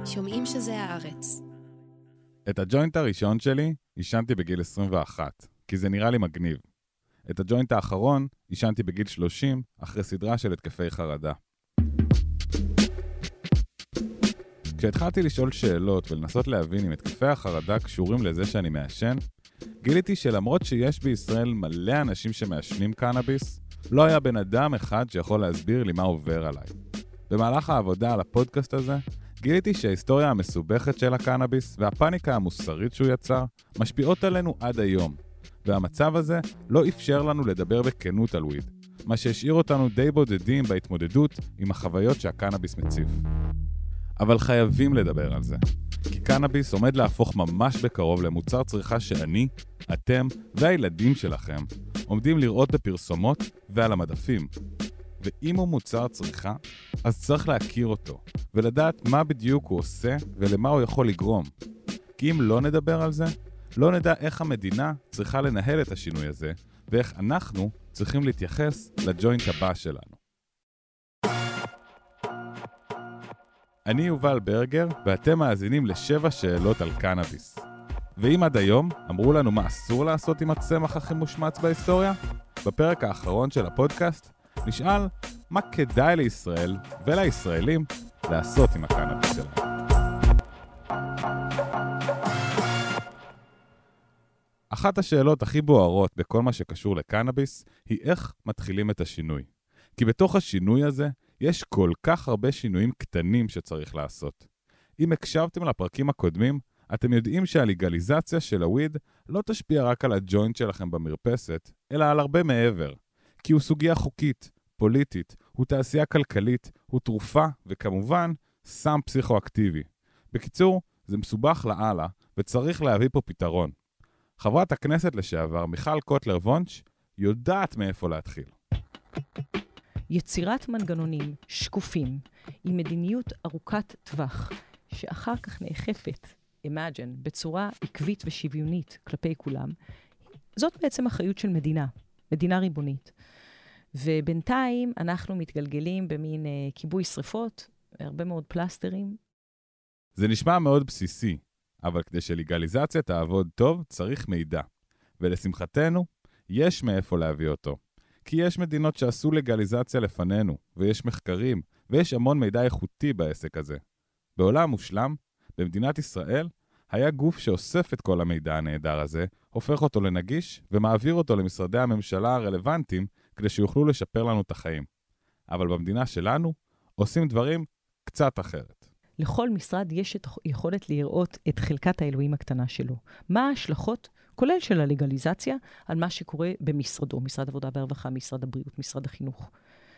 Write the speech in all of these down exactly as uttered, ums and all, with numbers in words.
שומעים שזה הארץ. את הג'וינט הראשון שלי עישנתי בגיל עשרים ואחת, כי זה נראה לי מגניב. את הג'וינט האחרון עישנתי בגיל שלושים, אחרי סדרה של התקפי חרדה. כשהתחלתי לשאול שאלות ולנסות להבין אם התקפי החרדה קשורים לזה שאני מעשן, גיליתי שלמרות שיש בישראל מלא אנשים שמעשנים קנאביס, לא היה בן אדם אחד שיכול להסביר לי מה עובר עליי. במהלך העבודה על הפודקאסט הזה, גיליתי שההיסטוריה המסובכת של הקנאביס והפאניקה המוסרית שהוא יצר משפיעות עלינו עד היום, והמצב הזה לא אפשר לנו לדבר בכנות על וויד, מה שהשאיר אותנו די בודדים בהתמודדות עם החוויות שהקנאביס מציף. אבל חייבים לדבר על זה, כי קנאביס עומד להפוך ממש בקרוב למוצר צריכה שאני, אתם והילדים שלכם עומדים לראות בפרסומות ועל המדפים. ואם הוא מוצר צריכה, אז צריך להכיר אותו, ולדעת מה בדיוק הוא עושה ולמה הוא יכול לגרום. כי אם לא נדבר על זה, לא נדע איך המדינה צריכה לנהל את השינוי הזה, ואיך אנחנו צריכים להתייחס לג'וינט הבא שלנו. אני יובל ברגר, ואתם מאזינים לשבע שאלות על קנאביס. ואם עד היום אמרו לנו מה אסור לעשות עם הצמח הכי מושמץ בהיסטוריה, בפרק האחרון של הפודקאסט נשאל מה כדאי לישראל ולישראלים לעשות עם הקנאביס שלהם. אחת השאלות הכי בוערות בכל מה שקשור לקנאביס היא איך מתחילים את השינוי. כי בתוך השינוי הזה יש כל כך הרבה שינויים קטנים שצריך לעשות. אם הקשבתם לפרקים הקודמים, אתם יודעים שהלגליזציה של הוויד לא תשפיע רק על הג'וינט שלכם במרפסת, אלא על הרבה מעבר. כי הוא סוגיה חוקית, פוליטית, הוא תעשייה כלכלית, הוא תרופה וכמובן סם פסיכואקטיבי. בקיצור, זה מסובך לעלה וצריך להביא פה פתרון. חברת הכנסת לשעבר מיכל קוטלר וונש יודעת מאיפה להתחיל. יצירת מנגנונים שקופים עם מדיניות ארוכת טווח שאחר כך נאכפת, imagine, בצורה עקבית ושוויונית כלפי כולם, זאת בעצם אחריות של מדינה, מדינה ריבונית. ובינתיים אנחנו מתגלגלים במין uh, כיבוי שריפות, הרבה מאוד פלסטרים. זה נשמע מאוד בסיסי, אבל כדי שלגליזציה תעבוד טוב צריך מידע. ולשמחתנו, יש מאיפה להביא אותו. כי יש מדינות שעשו לגליזציה לפנינו, ויש מחקרים, ויש המון מידע איכותי בעסק הזה. בעולם מושלם, במדינת ישראל, היה גוף שאוסף את כל המידע הנהדר הזה, הופך אותו לנגיש, ומעביר אותו למשרדי הממשלה הרלוונטיים, כדי שיוכלו לשפר לנו את החיים. אבל במדינה שלנו, עושים דברים קצת אחרת. לכל משרד יש את יכולת לראות את חלקת האלוהים הקטנה שלו. מה ההשלכות, כולל של הלגליזציה, על מה שקורה במשרדו, משרד עבודה והרווחה, משרד הבריאות, משרד החינוך.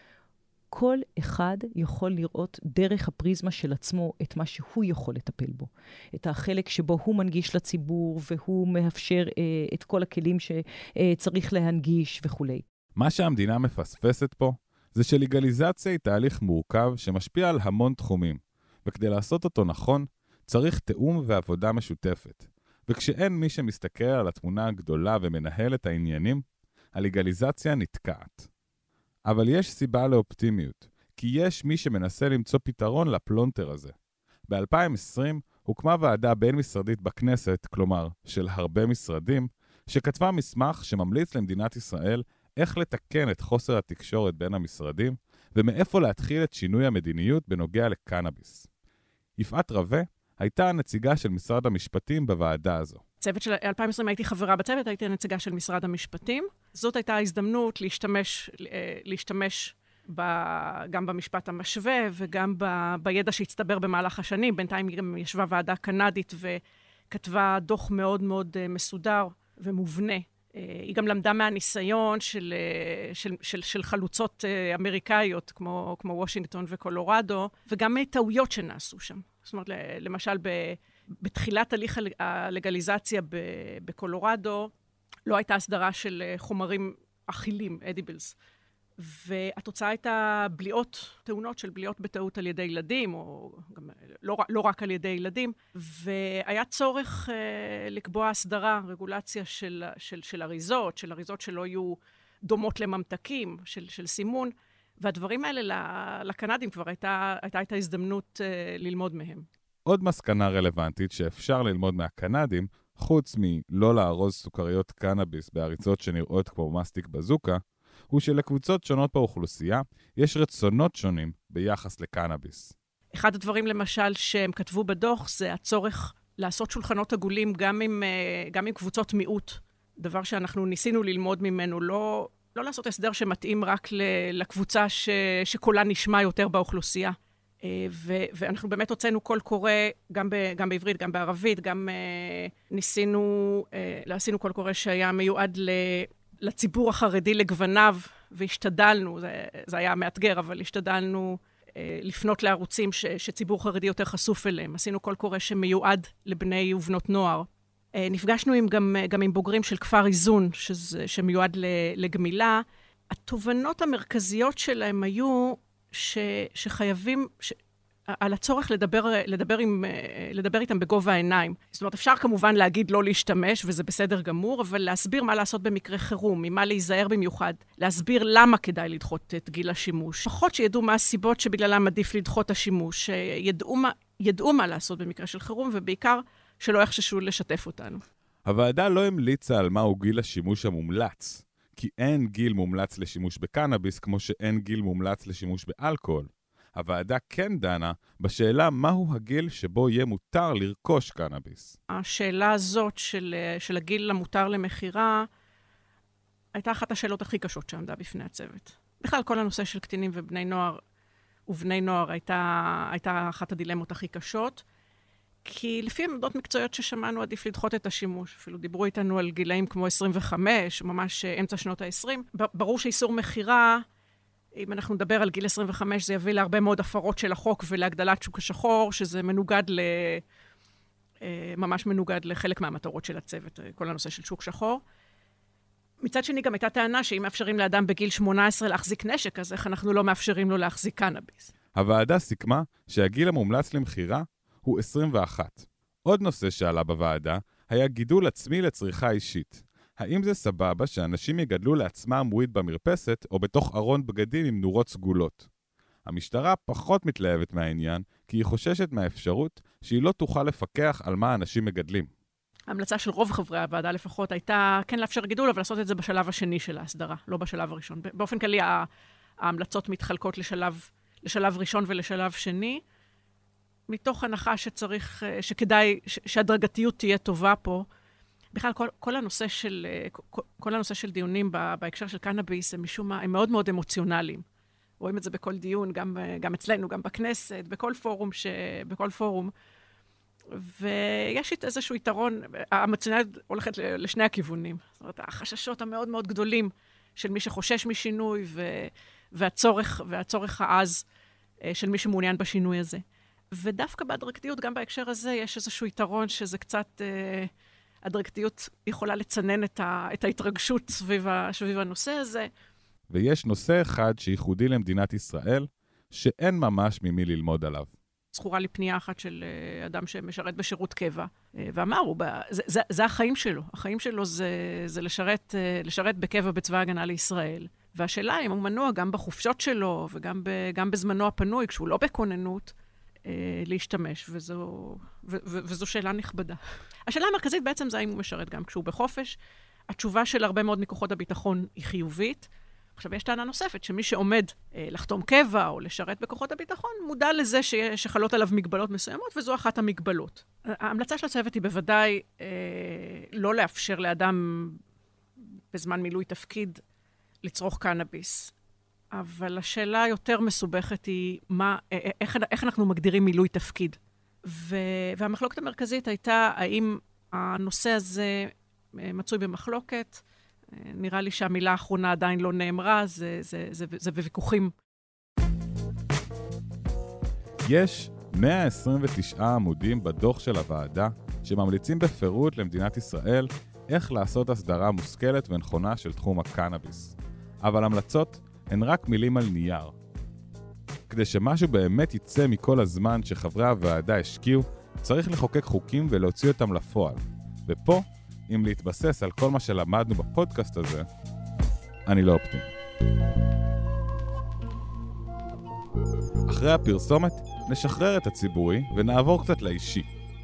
כל אחד יכול לראות דרך הפריזמה של עצמו את מה שהוא יכול לטפל בו. את החלק שבו הוא מנגיש לציבור, והוא מאפשר אה, את כל הכלים שצריך להנגיש וכו'. מה שהמדינה מפספסת פה, זה שלגליזציה היא תהליך מורכב שמשפיע על המון תחומים. וכדי לעשות אותו נכון, צריך תאום ועבודה משותפת. וכשאין מי שמסתכל על התמונה הגדולה ומנהל את העניינים, הלגליזציה נתקעת. אבל יש סיבה לאופטימיות, כי יש מי שמנסה למצוא פתרון לפלונטר הזה. ב-אלפיים ועשרים הוקמה ועדה בין-משרדית בכנסת, כלומר של הרבה משרדים, שכתבה מסמך שממליץ למדינת ישראל איך לתקן את חוסר התקשורת בין המשרדים, ומאיפה להתחיל את שינוי המדיניות בנוגע לקנאביס. יפעת רווה הייתה הנציגה של משרד המשפטים בוועדה הזו. צוות של אלפיים ועשרים הייתי חברה בצוות, הייתי הנציגה של משרד המשפטים. זאת הייתה ההזדמנות להשתמש, להשתמש ב, גם במשפט המשווה וגם ב, בידע שהצטבר במהלך השנים. בינתיים גם ישבה ועדה קנדית וכתבה דוח מאוד מאוד מסודר ומובנה. היא גם למדה מהניסיון של, של, של, של חלוצות אמריקאיות כמו, כמו וושינגטון וקולורדו, וגם טעויות שנעשו שם. זאת אומרת, למשל, ב, בתחילת הליך הלגליזציה בקולורדו, לא הייתה הסדרה של חומרים אכילים, אדיבלס. והתוצאה הייתה בליעות, תאונות של בליעות בטעות על ידי ילדים, או גם לא, לא רק על ידי ילדים, והיה צורך אה, לקבוע הסדרה, רגולציה של, של, של אריזות, של אריזות שלא יהיו דומות לממתקים, של, של סימון, והדברים האלה לקנדים כבר הייתה, הייתה, הייתה הזדמנות אה, ללמוד מהם. עוד מסקנה רלוונטית שאפשר ללמוד מהקנדים, חוץ מלא לארוז סוכריות קנאביס באריצות שנראות כמו מסטיק בזוקה, הוא שלקבוצות שונות באוכלוסייה יש רצונות שונים ביחס לקנאביס. אחד הדברים למשל שהם כתבו בדוח זה הצורך לעשות שולחנות עגולים גם עם, גם עם קבוצות מיעוט. דבר שאנחנו ניסינו ללמוד ממנו, לא, לא לעשות הסדר שמתאים רק לקבוצה ש, שקולה נשמע יותר באוכלוסייה. ו, ואנחנו באמת הוצאנו קול קורא, גם, ב, גם בעברית, גם בערבית, גם ניסינו, עשינו קול קורא שהיה מיועד ל, לציבור החרדי לגווניו, והשתדלנו, זה, זה היה מאתגר, אבל השתדלנו לפנות לערוצים ש, שציבור חרדי יותר חשוף אליהם. עשינו קול קורא שמיועד לבני ובנות נוער. נפגשנו עם, גם, גם עם בוגרים של כפר איזון, שזה, שמיועד לגמילה. התובנות המרכזיות שלהם היו ש, שחייבים, ש, על הצורך לדבר, לדבר, עם, לדבר איתם בגובה העיניים. זאת אומרת, אפשר כמובן להגיד לא להשתמש, וזה בסדר גמור, אבל להסביר מה לעשות במקרה חירום, ממה להיזהר במיוחד, להסביר למה כדאי לדחות את גיל השימוש. פחות שידעו מה הסיבות שבגללם עדיף לדחות השימוש, ידעו מה, ידעו מה לעשות במקרה של חירום, ובעיקר שלא יחששו לשתף אותנו. הוועדה לא המליצה על מהו גיל השימוש המומלץ, כי אין גיל מומלץ לשימוש בקנאביס כמו שאין גיל מומלץ לשימוש באלכוהול. הוועדה כן דנה בשאלה מהו הגיל שבו יהיה מותר לרכוש קנאביס. השאלה הזאת של, של הגיל המותר למחירה הייתה אחת השאלות הכי קשות שעמדה בפני הצוות. בכלל, כל הנושא של קטינים ובני נוער ובני נוער הייתה, הייתה אחת הדילמות הכי קשות, כי לפי עמדות מקצועיות ששמענו עדיף לדחות את השימוש. אפילו דיברו איתנו על גילאים כמו עשרים וחמש, ממש אמצע שנות ה-עשרים. ברור שאיסור מחירה, אם אנחנו נדבר על גיל עשרים וחמש, זה יביא להרבה מאוד הפרות של החוק ולהגדלת שוק השחור, שזה מנוגד ל... ממש מנוגד לחלק מהמטרות של הצוות, כל הנושא של שוק שחור. מצד שני, גם הייתה טענה שאם מאפשרים לאדם בגיל שמונה עשרה להחזיק נשק, אז איך אנחנו לא מאפשרים לו להחזיק קנאביס? הוועדה סיכמה שהגיל המומלץ למחירה הוא עשרים ואחת. עוד נושא שעלה בוועדה היה גידול עצמי לצריכה אישית. האם זה סבבה שאנשים יגדלו לעצמם וויד במרפסת או בתוך ארון בגדים עם נורות סגולות? המשטרה פחות מתלהבת מהעניין, כי היא חוששת מהאפשרות שהיא לא תוכל לפקח על מה האנשים מגדלים. ההמלצה של רוב חברי הוועדה לפחות הייתה כן לאפשר גידול, אבל לעשות את זה בשלב השני של ההסדרה, לא בשלב הראשון. באופן כללי, ההמלצות מתחלקות לשלב, לשלב ראשון ולשלב שני, מתוך הנחה שצריך, שכדאי, שהדרגתיות תהיה טובה פה. בכלל, כל, כל הנושא של, כל, כל הנושא של דיונים בהקשר של קנאביס, הם משום מה, הם מאוד מאוד אמוציונליים. רואים את זה בכל דיון, גם, גם אצלנו, גם בכנסת, בכל פורום, ש, בכל פורום. ויש איזשהו יתרון, האמוציונליות הולכת לשני הכיוונים. זאת אומרת, החששות המאוד מאוד גדולים של מי שחושש משינוי, ו, והצורך, והצורך העז של מי שמעוניין בשינוי הזה. ודווקא בהדרגתיות, גם בהקשר הזה, יש איזשהו יתרון שזה קצת, אה, הדרגתיות יכולה לצנן את, ה, את ההתרגשות סביב, ה, סביב הנושא הזה. ויש נושא אחד שייחודי למדינת ישראל, שאין ממש ממי ללמוד עליו. זכורה לי פנייה אחת של אה, אדם שמשרת בשירות קבע, אה, ואמר, הוא, זה, זה, זה החיים שלו. החיים שלו זה, זה לשרת, אה, לשרת בקבע בצבא ההגנה לישראל. והשאלה אם הוא מנוע גם בחופשות שלו, וגם ב, גם בזמנו הפנוי, כשהוא לא בכוננות, להשתמש, וזו, ו, ו, וזו שאלה נכבדה. השאלה המרכזית בעצם זה האם הוא משרת גם כשהוא בחופש. התשובה של הרבה מאוד מכוחות הביטחון היא חיובית. עכשיו, יש טענה נוספת, שמי שעומד אה, לחתום קבע או לשרת בכוחות הביטחון, מודע לזה ש, שחלות עליו מגבלות מסוימות, וזו אחת המגבלות. ההמלצה של הצוות היא בוודאי אה, לא לאפשר לאדם בזמן מילוי תפקיד לצרוך קנאביס. אבל השאלה היותר מסובכת היא מה, איך, איך אנחנו מגדירים מילוי תפקיד. ו, והמחלוקת המרכזית הייתה האם הנושא הזה מצוי במחלוקת. נראה לי שהמילה האחרונה עדיין לא נאמרה, זה, זה, זה, זה בוויכוחים. יש מאה עשרים ותשעה עמודים בדוח של הוועדה שממליצים בפירוט למדינת ישראל איך לעשות הסדרה מושכלת ונכונה של תחום הקנאביס. אבל המלצות הן רק מילים על נייר. כדי שמשהו באמת יצא מכל הזמן שחברי הוועדה השקיעו, צריך לחוקק חוקים ולהוציא אותם לפועל. ופה, אם להתבסס על כל מה שלמדנו בפודקאסט הזה, אני לא אופטימי. אחרי הפרסומת, נשחרר את הציבורי ונעבור קצת לאישי.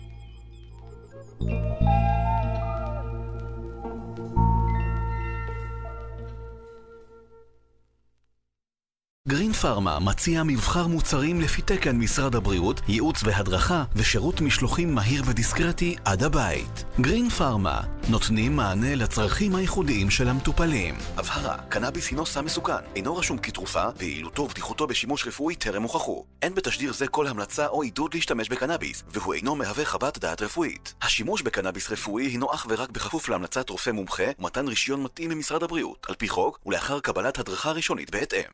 גרין פארמה מציע מבחר מוצרים לפי תקן משרד הבריאות, ייעוץ והדרכה ושירות משלוחים מהיר ודיסקרטי עד הבית. גרין פארמה נותנים מענה לצרכים הייחודיים של המטופלים. הבהרה, קנאביס הינו סם מסוכן, אינו רשום כתרופה, ויעילותו ובטיחותו בשימוש רפואי טרם הוכחו. אין בתשדיר זה כל המלצה או עידוד להשתמש בקנאביס, והוא אינו מהווה חוות דעת רפואית. השימוש בקנאביס רפואי הינו אך ורק בכפוף להמלצת רופא מומחה ומתן רישיון מתאים ממשרד הבריאות, על פי חוק ולאחר קבלת הדרכה ראשונית בהתאם.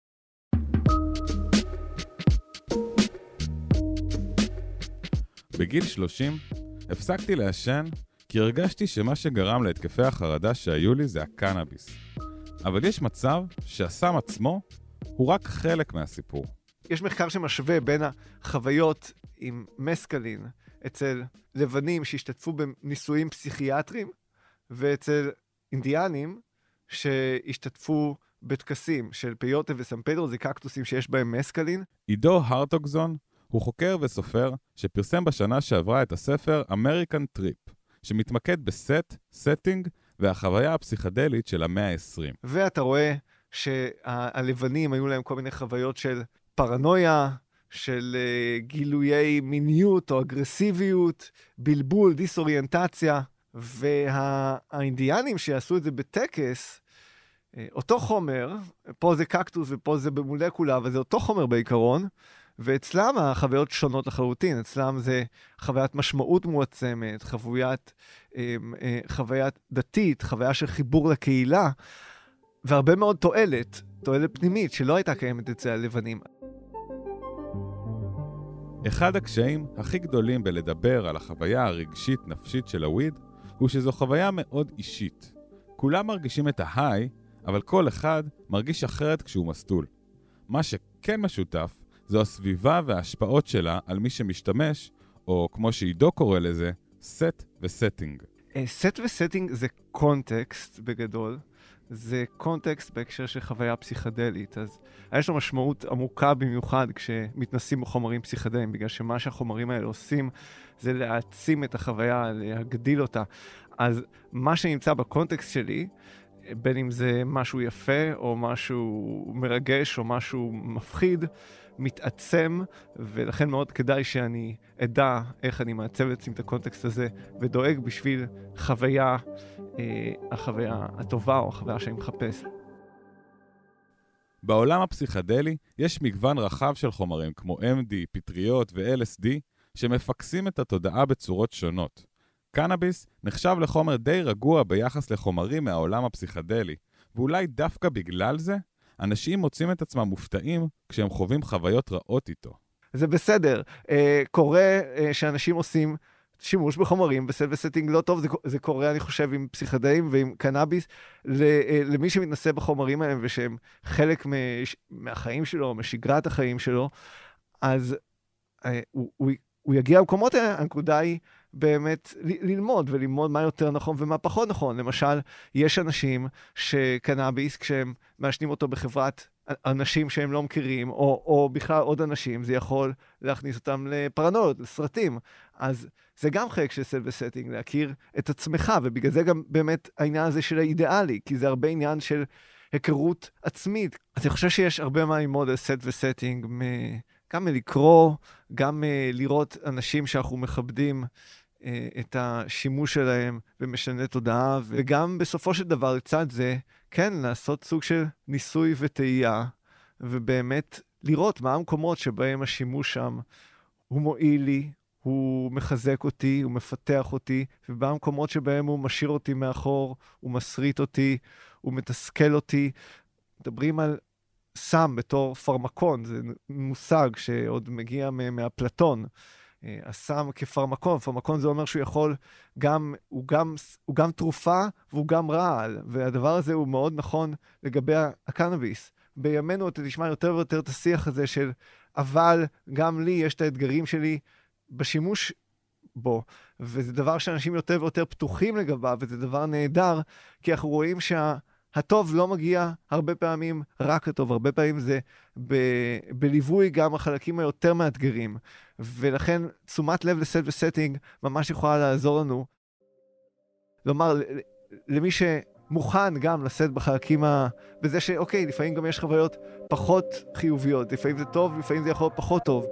בגיל שלושים הפסקתי לעשן כי הרגשתי שמה שגרם להתקפי החרדה שהיו לי זה הקנאביס. אבל יש מצב שהסם עצמו הוא רק חלק מהסיפור. יש מחקר שמשווה בין החוויות עם מסקלין אצל לבנים שהשתתפו בניסויים פסיכיאטריים ואצל אינדיאנים שהשתתפו בטקסים של פיוטה וסן פדרו, זה קקטוסים שיש בהם מסקלין. עידו הרטוגזון הוא חוקר וסופר שפרסם בשנה שעברה את הספר American Trip, שמתמקד בסט, סטינג והחוויה הפסיכדלית של המאה ה-עשרים. ואתה רואה שהלבנים היו להם כל מיני חוויות של פרנויה, של uh, גילויי מיניות או אגרסיביות, בלבול, דיסאוריינטציה, והאינדיאנים שיעשו את זה בטקס, אותו חומר, פה זה קקטוס ופה זה במולקולה, אבל זה אותו חומר בעיקרון, ואצלם החוויות שונות לחלוטין, אצלם זה חוויית משמעות מועצמת, חוויית, חוויית דתית, חוויה של חיבור לקהילה, והרבה מאוד תועלת, תועלת פנימית שלא הייתה קיימת אצל הלבנים. אחד הקשיים הכי גדולים בלדבר על החוויה הרגשית-נפשית של הוויד, הוא שזו חוויה מאוד אישית. כולם מרגישים את ההיי, אבל כל אחד מרגיש אחרת כשהוא מסטול. מה שכן משותף, זו הסביבה וההשפעות שלה על מי שמשתמש, או כמו שעידו קורא לזה, סט וסטינג. סט וסטינג זה קונטקסט בגדול, זה קונטקסט בהקשר של חוויה פסיכדלית, אז יש לו משמעות עמוקה במיוחד כשמתנסים בחומרים פסיכדליים, בגלל שמה שהחומרים האלה עושים זה להעצים את החוויה, להגדיל אותה. אז מה שנמצא בקונטקסט שלי, בין אם זה משהו יפה או משהו מרגש או משהו מפחיד, מתעצם, ולכן מאוד כדאי שאני אדע איך אני מעצב את הקונטקסט הזה, ודואג בשביל חוויה, אה, החוויה הטובה או החוויה שאני מחפש. בעולם הפסיכדלי יש מגוון רחב של חומרים כמו אם די, פטריות ו-אל אס די שמפקסים את התודעה בצורות שונות. קנאביס נחשב לחומר די רגוע ביחס לחומרים מהעולם הפסיכדלי, ואולי דווקא בגלל זה, אנשים מוצאים את עצמם מופתעים כשהם חווים חוויות רעות איתו. זה בסדר. אה, קורה אה, שאנשים עושים שימוש בחומרים בסט וסטינג לא טוב, זה, זה קורה אני חושב עם פסיכדלים ועם קנאביס, למי שמתנסה בחומרים האלה ושהם חלק מש, מהחיים שלו, משגרת החיים שלו, אז אה, הוא, הוא, הוא יגיע למקומות האלה, הנקודה היא באמת ל- ללמוד וללמוד מה יותר נכון ומה פחות נכון. למשל, יש אנשים שקנאביס, כשהם מעשנים אותו בחברת אנשים שהם לא מכירים, או, או בכלל עוד אנשים, זה יכול להכניס אותם לפרנויות, לסרטים. אז זה גם חלק של סט וסטינג, להכיר את עצמך, ובגלל זה גם באמת העניין הזה של האידיאלי, כי זה הרבה עניין של היכרות עצמית. אז אני חושב שיש הרבה מה ללמוד על סט וסטינג, גם מלקרוא, גם לראות אנשים שאנחנו מכבדים את השימוש שלהם ומשנה תודעה, וגם בסופו של דבר לצד זה, כן, לעשות סוג של ניסוי וטעייה, ובאמת לראות מה המקומות שבהם השימוש שם הוא מועיל לי, הוא מחזק אותי, הוא מפתח אותי, ובמקומות שבהם הוא משאיר אותי מאחור, הוא מסריט אותי, הוא מתסכל אותי. מדברים על סם בתור פרמקון, זה מושג שעוד מגיע מאפלטון. הסם כפרמקון, פרמקון זה אומר שהוא יכול גם, הוא גם, הוא גם תרופה והוא גם רעל, והדבר הזה הוא מאוד נכון לגבי הקנאביס. בימינו אתה תשמע יותר ויותר את השיח הזה של, אבל גם לי יש את האתגרים שלי בשימוש בו, וזה דבר שאנשים יותר ויותר פתוחים לגביו, וזה דבר נהדר, כי אנחנו רואים שה... הטוב לא מגיע הרבה פעמים רק הטוב, הרבה פעמים זה ב- בליווי גם החלקים היותר מאתגרים, ולכן תשומת לב לסט וסטינג ממש יכולה לעזור לנו. לומר, למי שמוכן גם לשאת בחלקים ה... בזה שאוקיי, לפעמים גם יש חוויות פחות חיוביות, לפעמים זה טוב, לפעמים זה יכול להיות פחות טוב.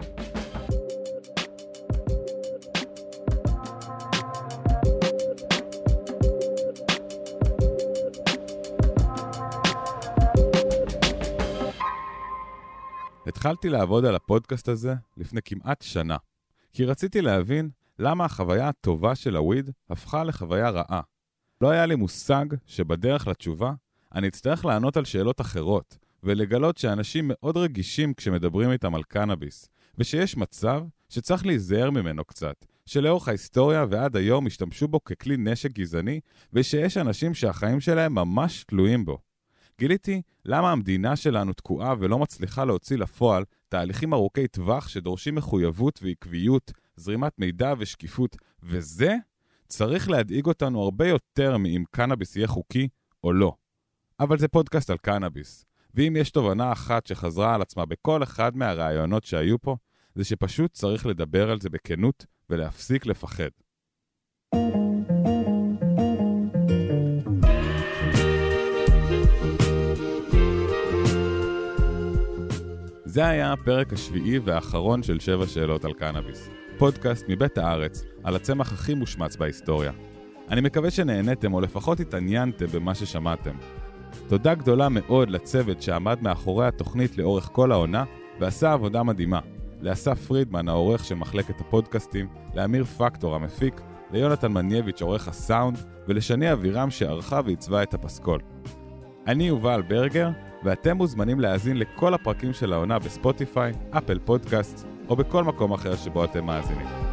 התחלתי לעבוד על הפודקאסט הזה לפני כמעט שנה, כי רציתי להבין למה החוויה הטובה של הוויד הפכה לחוויה רעה. לא היה לי מושג שבדרך לתשובה אני אצטרך לענות על שאלות אחרות, ולגלות שאנשים מאוד רגישים כשמדברים איתם על קנאביס, ושיש מצב שצריך להיזהר ממנו קצת, שלאורך ההיסטוריה ועד היום השתמשו בו ככלי נשק גזעני, ושיש אנשים שהחיים שלהם ממש תלויים בו. גיליתי למה המדינה שלנו תקועה ולא מצליחה להוציא לפועל תהליכים ארוכי טווח שדורשים מחויבות ועקביות, זרימת מידע ושקיפות, וזה צריך להדאיג אותנו הרבה יותר מאם קנאביס יהיה חוקי או לא. אבל זה פודקאסט על קנאביס, ואם יש תובנה אחת שחזרה על עצמה בכל אחד מהרעיונות שהיו פה, זה שפשוט צריך לדבר על זה בכנות ולהפסיק לפחד. זה היה הפרק השביעי והאחרון של שבע שאלות על קנאביס. פודקאסט מבית הארץ על הצמח הכי מושמץ בהיסטוריה. אני מקווה שנהנתם או לפחות התעניינתם במה ששמעתם. תודה גדולה מאוד לצוות שעמד מאחורי התוכנית לאורך כל העונה ועשה עבודה מדהימה. לאסף פרידמן, העורך של מחלקת הפודקאסטים, לאמיר פקטור המפיק, ליונתן מנייביץ' עורך הסאונד ולשני אבירם שערכה ועיצבה את הפסקול. אני יובל ברגר, ואתם מוזמנים להאזין לכל הפרקים של העונה בספוטיפיי, אפל פודקאסט או בכל מקום אחר שבו אתם מאזינים.